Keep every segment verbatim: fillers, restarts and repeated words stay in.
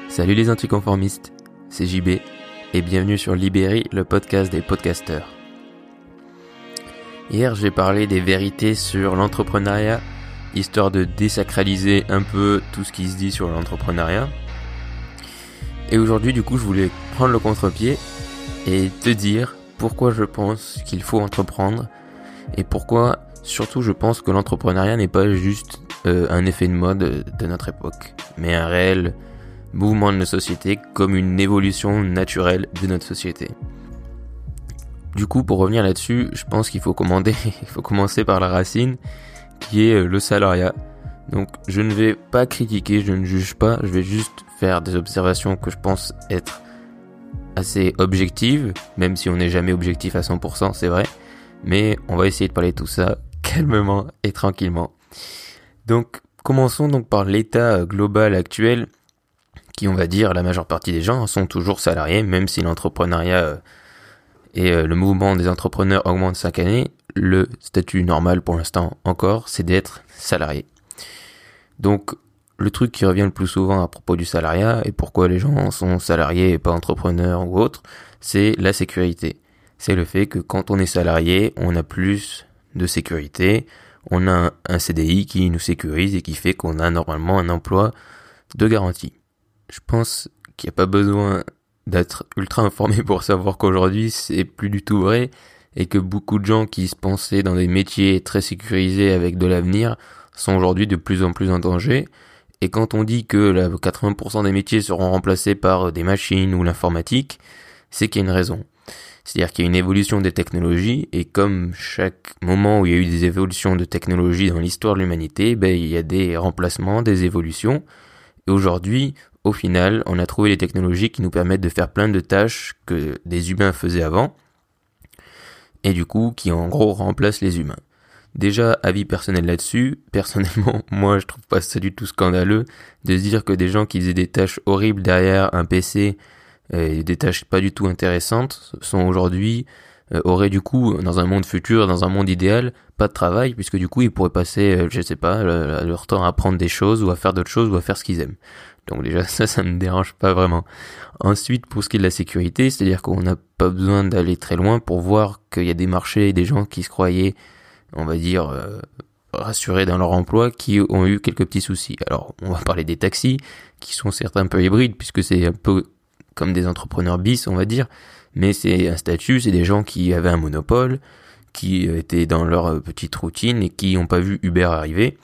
Salut les anticonformistes, c'est J B et bienvenue sur Libéry, le podcast des podcasteurs. Hier j'ai parlé des vérités sur l'entrepreneuriat, histoire de désacraliser un peu tout ce qui se dit sur l'entrepreneuriat. Et aujourd'hui du coup je voulais prendre le contre-pied et te dire pourquoi je pense qu'il faut entreprendre et pourquoi surtout je pense que l'entrepreneuriat n'est pas juste euh, un effet de mode de notre époque, mais un réel mouvement de notre société comme une évolution naturelle de notre société. Du coup, pour revenir là-dessus, je pense qu'il faut commander, il faut commencer par la racine, qui est le salariat. Donc, je ne vais pas critiquer, je ne juge pas, je vais juste faire des observations que je pense être assez objectives, même si on n'est jamais objectif à cent pour cent, c'est vrai. Mais on va essayer de parler de tout ça calmement et tranquillement. Donc, commençons donc par l'état global actuel, qui, on va dire, la majeure partie des gens sont toujours salariés, même si l'entrepreneuriat et le mouvement des entrepreneurs augmente chaque année, le statut normal pour l'instant encore, c'est d'être salarié. Donc, le truc qui revient le plus souvent à propos du salariat, et pourquoi les gens sont salariés et pas entrepreneurs ou autres, c'est la sécurité. C'est le fait que quand on est salarié, on a plus de sécurité, on a un, un C D I qui nous sécurise et qui fait qu'on a normalement un emploi de garantie. Je pense qu'il n'y a pas besoin d'être ultra informé pour savoir qu'aujourd'hui c'est plus du tout vrai et que beaucoup de gens qui se pensaient dans des métiers très sécurisés avec de l'avenir sont aujourd'hui de plus en plus en danger. Et quand on dit que là, quatre-vingts pour cent des métiers seront remplacés par des machines ou l'informatique, c'est qu'il y a une raison. C'est-à-dire qu'il y a une évolution des technologies et comme chaque moment où il y a eu des évolutions de technologies dans l'histoire de l'humanité, ben, il y a des remplacements, des évolutions. Et aujourd'hui, au final, on a trouvé les technologies qui nous permettent de faire plein de tâches que des humains faisaient avant, et du coup, qui en gros remplacent les humains. Déjà, avis personnel là-dessus, personnellement, moi je trouve pas ça du tout scandaleux de se dire que des gens qui faisaient des tâches horribles derrière un P C, et des tâches pas du tout intéressantes, sont aujourd'hui, euh, auraient du coup, dans un monde futur, dans un monde idéal, pas de travail, puisque du coup ils pourraient passer, euh, je sais pas, le, leur temps à apprendre des choses, ou à faire d'autres choses, ou à faire ce qu'ils aiment. Donc déjà ça, ça me dérange pas vraiment. Ensuite, pour ce qui est de la sécurité, c'est-à-dire qu'on n'a pas besoin d'aller très loin pour voir qu'il y a des marchés et des gens qui se croyaient, on va dire, euh, rassurés dans leur emploi, qui ont eu quelques petits soucis. Alors, on va parler des taxis, qui sont certes un peu hybrides, puisque c'est un peu comme des entrepreneurs bis, on va dire, mais c'est un statut, c'est des gens qui avaient un monopole, qui étaient dans leur petite routine et qui n'ont pas vu Uber arriver.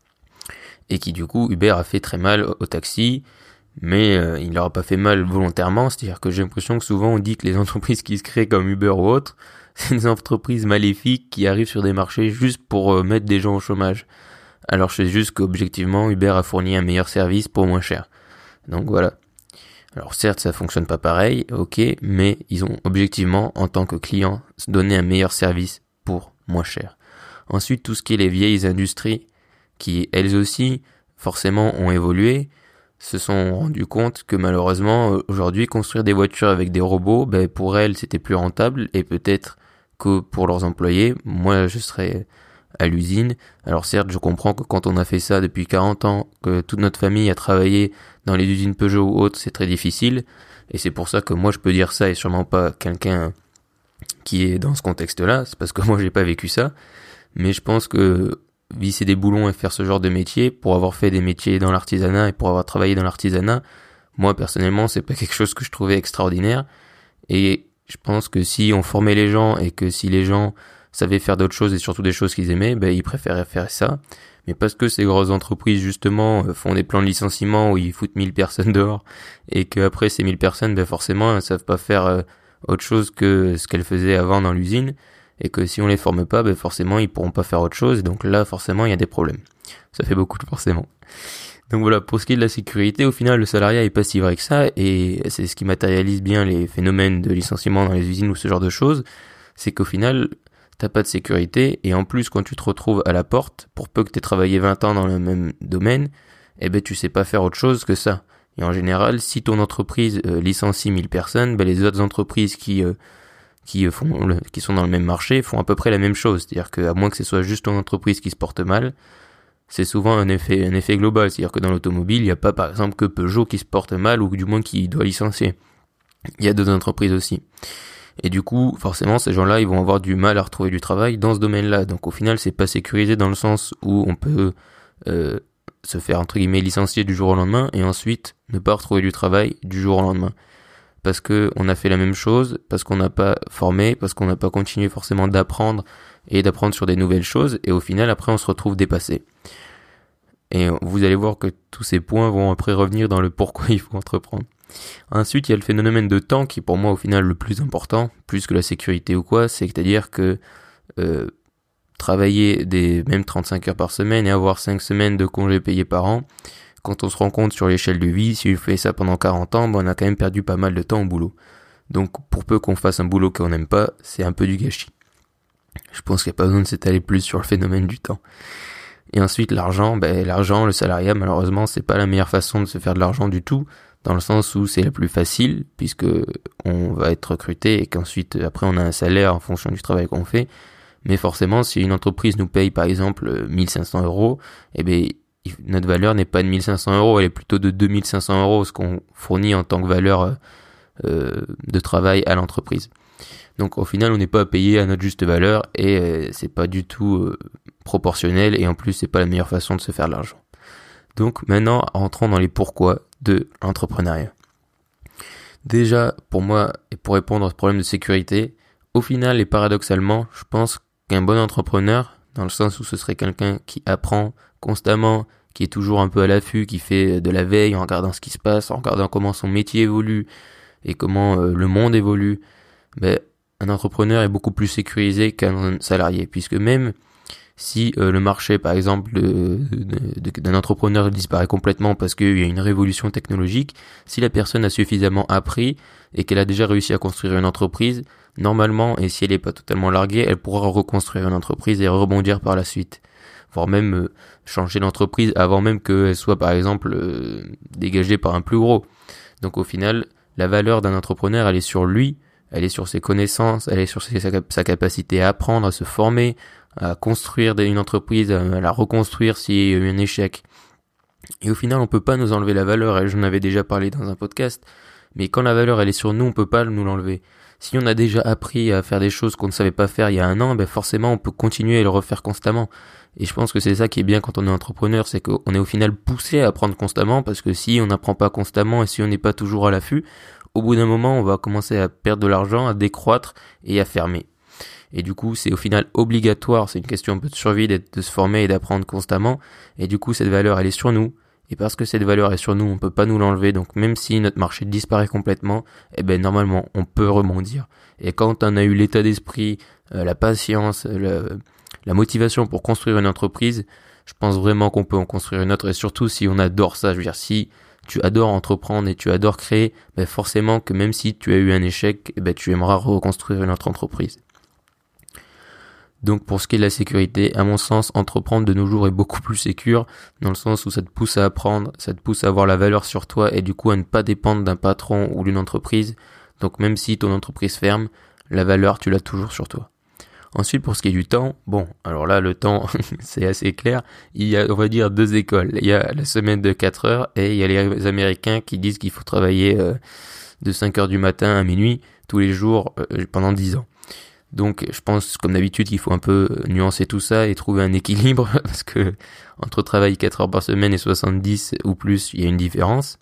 Et qui du coup Uber a fait très mal au taxi, mais euh, il leur a pas fait mal volontairement, c'est-à-dire que j'ai l'impression que souvent on dit que les entreprises qui se créent comme Uber ou autres, c'est des entreprises maléfiques qui arrivent sur des marchés juste pour euh, mettre des gens au chômage. Alors je sais juste qu'objectivement Uber a fourni un meilleur service pour moins cher. Donc voilà. Alors certes ça fonctionne pas pareil, ok, mais ils ont objectivement en tant que client donné un meilleur service pour moins cher. Ensuite tout ce qui est les vieilles industries, qui elles aussi forcément ont évolué, se sont rendues compte que malheureusement aujourd'hui construire des voitures avec des robots, ben pour elles c'était plus rentable et peut-être que pour leurs employés, moi je serais à l'usine. Alors certes je comprends que quand on a fait ça depuis quarante ans, que toute notre famille a travaillé dans les usines Peugeot ou autres, c'est très difficile et c'est pour ça que moi je peux dire ça et sûrement pas quelqu'un qui est dans ce contexte-là, c'est parce que moi j'ai pas vécu ça, mais je pense que visser des boulons et faire ce genre de métier, pour avoir fait des métiers dans l'artisanat et pour avoir travaillé dans l'artisanat, moi personnellement c'est pas quelque chose que je trouvais extraordinaire et je pense que si on formait les gens et que si les gens savaient faire d'autres choses et surtout des choses qu'ils aimaient, ben ils préféraient faire ça. Mais parce que ces grosses entreprises justement font des plans de licenciement où ils foutent mille personnes dehors et qu'après ces mille personnes ben forcément elles savent pas faire autre chose que ce qu'elles faisaient avant dans l'usine, et que si on les forme pas, ben forcément ils pourront pas faire autre chose, et donc là forcément il y a des problèmes. Ça fait beaucoup forcément. Donc voilà, pour ce qui est de la sécurité, au final le salariat est pas si vrai que ça, et c'est ce qui matérialise bien les phénomènes de licenciement dans les usines ou ce genre de choses, c'est qu'au final t'as pas de sécurité, et en plus quand tu te retrouves à la porte, pour peu que t'aies travaillé vingt ans dans le même domaine, eh ben tu sais pas faire autre chose que ça. Et en général, si ton entreprise euh, licencie mille personnes, ben les autres entreprises qui euh, qui font qui sont dans le même marché font à peu près la même chose, c'est-à-dire que à moins que ce soit juste ton entreprise qui se porte mal, c'est souvent un effet, un effet global. C'est-à-dire que dans l'automobile, il n'y a pas par exemple que Peugeot qui se porte mal ou du moins qui doit licencier. Il y a d'autres entreprises aussi. Et du coup, forcément, ces gens-là, ils vont avoir du mal à retrouver du travail dans ce domaine-là. Donc au final, c'est pas sécurisé dans le sens où on peut euh, se faire entre guillemets licencier du jour au lendemain et ensuite ne pas retrouver du travail du jour au lendemain. Parce que on a fait la même chose, parce qu'on n'a pas formé, parce qu'on n'a pas continué forcément d'apprendre et d'apprendre sur des nouvelles choses, et au final, après, on se retrouve dépassé. Et vous allez voir que tous ces points vont après revenir dans le pourquoi il faut entreprendre. Ensuite, il y a le phénomène de temps qui est pour moi au final le plus important, plus que la sécurité ou quoi, c'est-à-dire que euh, travailler des même trente-cinq heures par semaine et avoir cinq semaines de congés payés par an, quand on se rend compte sur l'échelle de vie, si on fait ça pendant quarante ans, ben on a quand même perdu pas mal de temps au boulot. Donc pour peu qu'on fasse un boulot qu'on n'aime pas, c'est un peu du gâchis. Je pense qu'il n'y a pas besoin de s'étaler plus sur le phénomène du temps. Et ensuite l'argent, ben l'argent, le salariat, malheureusement, c'est pas la meilleure façon de se faire de l'argent du tout, dans le sens où c'est la plus facile, puisque on va être recruté et qu'ensuite après on a un salaire en fonction du travail qu'on fait. Mais forcément, si une entreprise nous paye par exemple mille cinq cents euros, eh ben notre valeur n'est pas de mille cinq cents euros, elle est plutôt de deux mille cinq cents euros, ce qu'on fournit en tant que valeur euh, de travail à l'entreprise. Donc au final, on n'est pas payé à notre juste valeur et euh, c'est pas du tout euh, proportionnel et en plus, c'est pas la meilleure façon de se faire de l'argent. Donc maintenant, rentrons dans les pourquoi de l'entrepreneuriat. Déjà, pour moi, et pour répondre à ce problème de sécurité, au final et paradoxalement, je pense qu'un bon entrepreneur, dans le sens où ce serait quelqu'un qui apprend constamment, qui est toujours un peu à l'affût, qui fait de la veille en regardant ce qui se passe, en regardant comment son métier évolue et comment euh, le monde évolue, ben, un entrepreneur est beaucoup plus sécurisé qu'un salarié, puisque même si euh, le marché, par exemple, de, de, de, d'un entrepreneur disparaît complètement parce qu'il y a une révolution technologique, si la personne a suffisamment appris et qu'elle a déjà réussi à construire une entreprise, normalement, et si elle n'est pas totalement larguée, elle pourra reconstruire une entreprise et rebondir par la suite. Voire même euh, changer l'entreprise avant même qu'elle soit, par exemple, euh, dégagée par un plus gros. Donc au final, la valeur d'un entrepreneur, elle est sur lui, elle est sur ses connaissances, elle est sur ses, sa, sa capacité à apprendre, à se former, à construire une entreprise, à la reconstruire s'il y a eu un échec. Et au final, on peut pas nous enlever la valeur, et j'en avais déjà parlé dans un podcast, mais quand la valeur elle est sur nous, on peut pas nous l'enlever. Si on a déjà appris à faire des choses qu'on ne savait pas faire il y a un an, ben forcément on peut continuer à le refaire constamment. Et je pense que c'est ça qui est bien quand on est entrepreneur, c'est qu'on est au final poussé à apprendre constamment, parce que si on n'apprend pas constamment et si on n'est pas toujours à l'affût, au bout d'un moment on va commencer à perdre de l'argent, à décroître et à fermer. Et du coup, c'est au final obligatoire, c'est une question un peu de survie d'être, de se former et d'apprendre constamment. Et du coup, cette valeur, elle est sur nous. Et parce que cette valeur est sur nous, on peut pas nous l'enlever. Donc même si notre marché disparaît complètement, eh ben normalement, on peut rebondir. Et quand on a eu l'état d'esprit, euh, la patience, le, la motivation pour construire une entreprise, je pense vraiment qu'on peut en construire une autre. Et surtout si on adore ça, je veux dire, si tu adores entreprendre et tu adores créer, ben forcément que même si tu as eu un échec, eh ben tu aimeras reconstruire une autre entreprise. Donc pour ce qui est de la sécurité, à mon sens, entreprendre de nos jours est beaucoup plus sécure, dans le sens où ça te pousse à apprendre, ça te pousse à avoir la valeur sur toi et du coup à ne pas dépendre d'un patron ou d'une entreprise. Donc même si ton entreprise ferme, la valeur tu l'as toujours sur toi. Ensuite pour ce qui est du temps, bon, alors là le temps c'est assez clair, il y a on va dire deux écoles. Il y a la semaine de quatre heures et il y a les Américains qui disent qu'il faut travailler euh, de cinq heures du matin à minuit tous les jours euh, pendant dix ans. Donc je pense comme d'habitude qu'il faut un peu nuancer tout ça et trouver un équilibre parce que entre travailler quatre heures par semaine et soixante-dix ou plus, il y a une différence.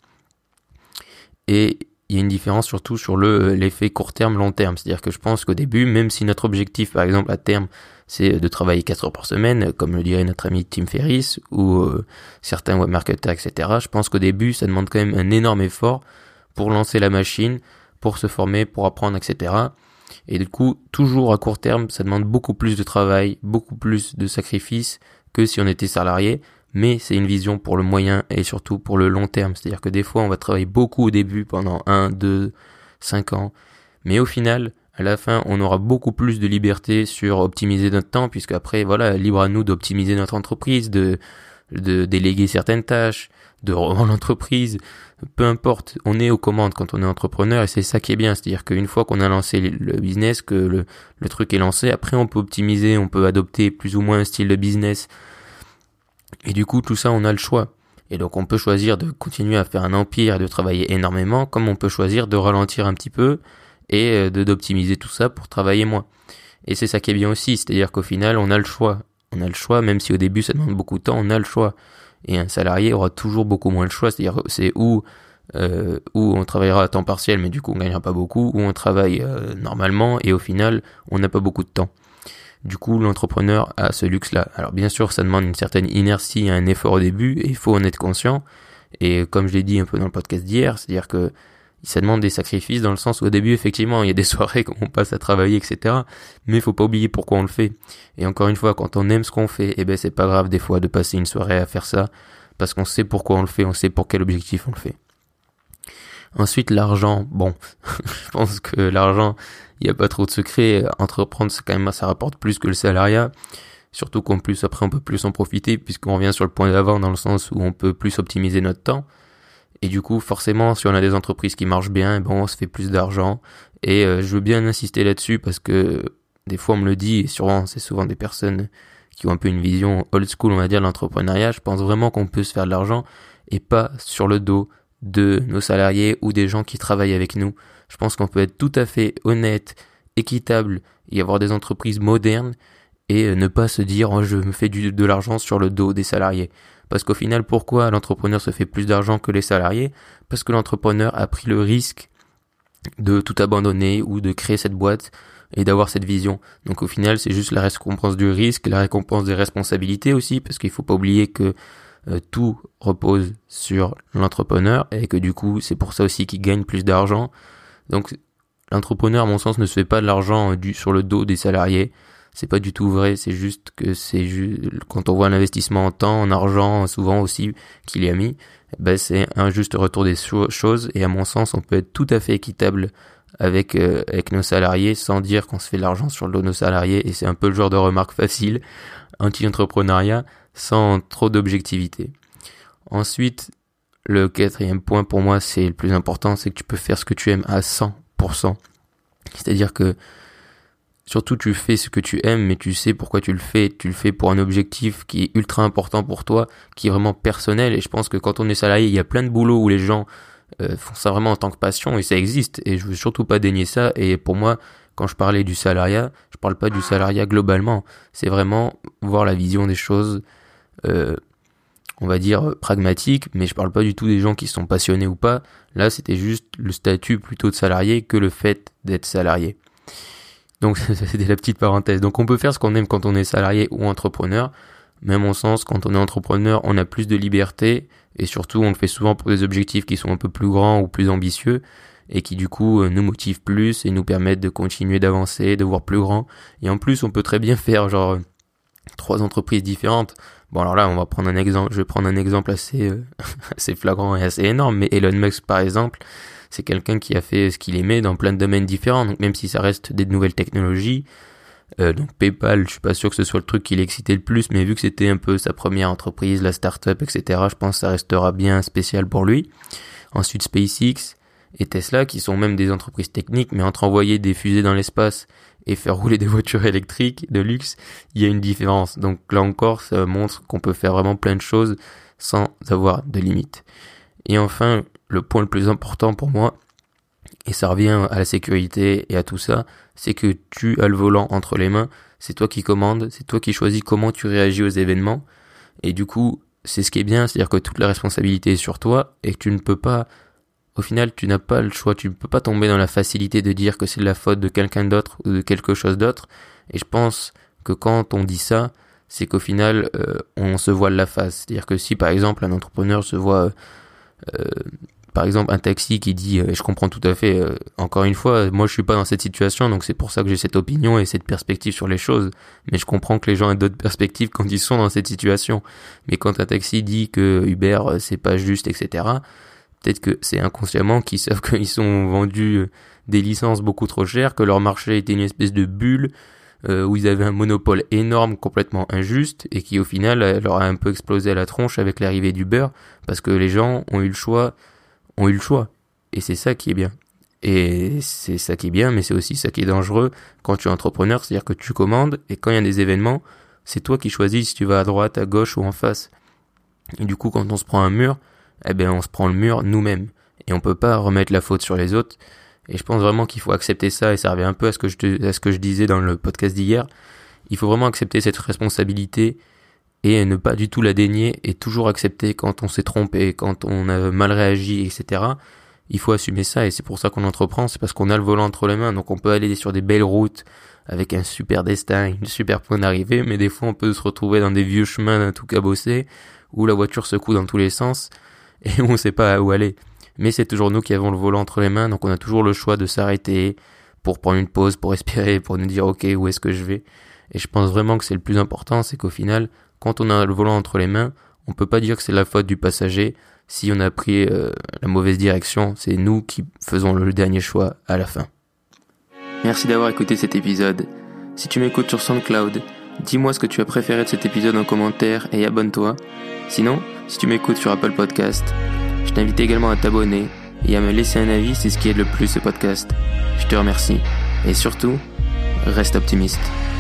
Et il y a une différence surtout sur le l'effet court terme, long terme. C'est-à-dire que je pense qu'au début, même si notre objectif par exemple à terme c'est de travailler quatre heures par semaine, comme le dirait notre ami Tim Ferriss ou euh, certains webmarketers, et cetera, je pense qu'au début ça demande quand même un énorme effort pour lancer la machine, pour se former, pour apprendre, et cetera. Et du coup, toujours à court terme, ça demande beaucoup plus de travail, beaucoup plus de sacrifices que si on était salarié, mais c'est une vision pour le moyen et surtout pour le long terme. C'est-à-dire que des fois, on va travailler beaucoup au début pendant un, deux, cinq ans, mais au final, à la fin, on aura beaucoup plus de liberté sur optimiser notre temps, puisque après, voilà, libre à nous d'optimiser notre entreprise, de, de déléguer certaines tâches, de revendre l'entreprise, peu importe, on est aux commandes quand on est entrepreneur et c'est ça qui est bien, c'est-à-dire qu'une fois qu'on a lancé le business, que le, le truc est lancé, après on peut optimiser, on peut adopter plus ou moins un style de business Et du coup, tout ça, on a le choix. Et donc, on peut choisir de continuer à faire un empire et de travailler énormément, comme on peut choisir de ralentir un petit peu et de d'optimiser tout ça pour travailler moins. Et c'est ça qui est bien aussi, c'est-à-dire qu'au final, on a le choix. On a le choix, même si au début, ça demande beaucoup de temps, on a le choix. Et un salarié aura toujours beaucoup moins le choix, c'est-à-dire c'est où euh, où on travaillera à temps partiel, mais du coup, on gagnera pas beaucoup, où on travaille euh, normalement et au final, on n'a pas beaucoup de temps. Du coup, l'entrepreneur a ce luxe-là. Alors bien sûr, ça demande une certaine inertie et un effort au début, et il faut en être conscient. Et comme je l'ai dit un peu dans le podcast d'hier, c'est-à-dire que ça demande des sacrifices dans le sens où au début, effectivement, il y a des soirées où on passe à travailler, et cetera. Mais il faut pas oublier pourquoi on le fait. Et encore une fois, quand on aime ce qu'on fait, eh ben c'est pas grave des fois de passer une soirée à faire ça, parce qu'on sait pourquoi on le fait, on sait pour quel objectif on le fait. Ensuite, l'argent. Bon, je pense que l'argent, il n'y a pas trop de secret. Entreprendre, c'est quand même, ça rapporte plus que le salariat. Surtout qu'en plus, après, on peut plus en profiter puisqu'on revient sur le point d'avant dans le sens où on peut plus optimiser notre temps. Et du coup, forcément, si on a des entreprises qui marchent bien, bon, on se fait plus d'argent. Et euh, je veux bien insister là-dessus parce que des fois, on me le dit, et souvent, c'est souvent des personnes qui ont un peu une vision old school, on va dire, de l'entrepreneuriat. Je pense vraiment qu'on peut se faire de l'argent et pas sur le dos de nos salariés ou des gens qui travaillent avec nous. Je pense qu'on peut être tout à fait honnête, équitable et avoir des entreprises modernes et ne pas se dire oh, je me fais du, de l'argent sur le dos des salariés. Parce qu'au final, pourquoi l'entrepreneur se fait plus d'argent que les salariés ? Parce que l'entrepreneur a pris le risque de tout abandonner ou de créer cette boîte et d'avoir cette vision. Donc au final, c'est juste la récompense du risque, la récompense des responsabilités aussi, parce qu'il faut pas oublier que Euh, tout repose sur l'entrepreneur et que du coup c'est pour ça aussi qu'il gagne plus d'argent. Donc l'entrepreneur à mon sens ne se fait pas de l'argent euh, du, sur le dos des salariés, c'est pas du tout vrai, c'est juste que c'est ju- quand on voit un investissement en temps, en argent souvent aussi qu'il y a mis, ben c'est un juste retour des cho- choses et à mon sens on peut être tout à fait équitable avec euh, avec nos salariés sans dire qu'on se fait de l'argent sur le dos de nos salariés et c'est un peu le genre de remarque facile anti-entrepreneuriat sans trop d'objectivité. Ensuite, le quatrième point pour moi, c'est le plus important, c'est que tu peux faire ce que tu aimes à cent pour cent. C'est-à-dire que surtout tu fais ce que tu aimes, mais tu sais pourquoi tu le fais. Tu le fais pour un objectif qui est ultra important pour toi, qui est vraiment personnel. Et je pense que quand on est salarié, il y a plein de boulots où les gens euh, font ça vraiment en tant que passion et ça existe. Et je veux surtout pas dénier ça. Et pour moi, quand je parlais du salariat, je parle pas du salariat globalement. C'est vraiment voir la vision des choses. Euh, on va dire pragmatique, mais je parle pas du tout des gens qui sont passionnés ou pas. Là, c'était juste le statut plutôt de salarié que le fait d'être salarié. Donc, c'était la petite parenthèse. Donc, on peut faire ce qu'on aime quand on est salarié ou entrepreneur, mais à mon sens, quand on est entrepreneur, on a plus de liberté et surtout, on le fait souvent pour des objectifs qui sont un peu plus grands ou plus ambitieux et qui du coup nous motivent plus et nous permettent de continuer d'avancer, de voir plus grand. Et en plus, on peut très bien faire genre trois entreprises différentes. Bon alors là, on va prendre un exemple, je vais prendre un exemple assez euh, assez flagrant et assez énorme, mais Elon Musk par exemple, c'est quelqu'un qui a fait ce qu'il aimait dans plein de domaines différents, donc même si ça reste des nouvelles technologies, euh, donc PayPal, je suis pas sûr que ce soit le truc qui l'excitait le plus, mais vu que c'était un peu sa première entreprise, la start-up, et cetera, je pense que ça restera bien spécial pour lui. Ensuite SpaceX et Tesla, qui sont même des entreprises techniques, mais entre envoyer des fusées dans l'espace et faire rouler des voitures électriques de luxe, il y a une différence. Donc là encore, ça montre qu'on peut faire vraiment plein de choses sans avoir de limites. Et enfin, le point le plus important pour moi, et ça revient à la sécurité et à tout ça, c'est que tu as le volant entre les mains, c'est toi qui commandes, c'est toi qui choisis comment tu réagis aux événements, et du coup, c'est ce qui est bien, c'est-à-dire que toute la responsabilité est sur toi, et que tu ne peux pas, au final, tu n'as pas le choix, tu ne peux pas tomber dans la facilité de dire que c'est de la faute de quelqu'un d'autre ou de quelque chose d'autre, et je pense que quand on dit ça, c'est qu'au final, euh, on se voile la face, c'est-à-dire que si par exemple un entrepreneur se voit... Euh, par exemple un taxi qui dit, et je comprends tout à fait, euh, encore une fois, moi je suis pas dans cette situation, donc c'est pour ça que j'ai cette opinion et cette perspective sur les choses, mais je comprends que les gens aient d'autres perspectives quand ils sont dans cette situation. Mais quand un taxi dit que Uber euh, c'est pas juste, et cetera, peut-être que c'est inconsciemment qu'ils savent qu'ils sont vendus des licences beaucoup trop chères, que leur marché était une espèce de bulle, euh, où ils avaient un monopole énorme, complètement injuste, et qui au final leur a un peu explosé à la tronche avec l'arrivée d'Uber, parce que les gens ont eu le choix ont eu le choix. Et c'est ça qui est bien. Et c'est ça qui est bien, mais c'est aussi ça qui est dangereux quand tu es entrepreneur, c'est-à-dire que tu commandes, et quand il y a des événements, c'est toi qui choisis si tu vas à droite, à gauche ou en face. Et du coup, quand on se prend un mur, eh ben, on se prend le mur nous-mêmes. Et on peut pas remettre la faute sur les autres. Et je pense vraiment qu'il faut accepter ça, et ça revient un peu à ce que je, te, à ce que je disais dans le podcast d'hier. Il faut vraiment accepter cette responsabilité et ne pas du tout la dénier, et toujours accepter quand on s'est trompé, quand on a mal réagi, et cetera. Il faut assumer ça, et c'est pour ça qu'on entreprend, c'est parce qu'on a le volant entre les mains, donc on peut aller sur des belles routes avec un super destin, une super point d'arrivée, mais des fois on peut se retrouver dans des vieux chemins tout cabossés, où la voiture secoue dans tous les sens, et où on sait pas où aller. Mais c'est toujours nous qui avons le volant entre les mains, donc on a toujours le choix de s'arrêter pour prendre une pause, pour respirer, pour nous dire ok, où est-ce que je vais. Et je pense vraiment que c'est le plus important, c'est qu'au final, quand on a le volant entre les mains, on peut pas dire que c'est la faute du passager si on a pris euh, la mauvaise direction, c'est nous qui faisons le dernier choix à la fin. Merci d'avoir écouté cet épisode. Si tu m'écoutes sur SoundCloud, dis-moi ce que tu as préféré de cet épisode en commentaire et abonne-toi. Sinon, si tu m'écoutes sur Apple Podcast, je t'invite également à t'abonner et à me laisser un avis, c'est ce qui aide le plus ce podcast. Je te remercie. Et surtout, reste optimiste.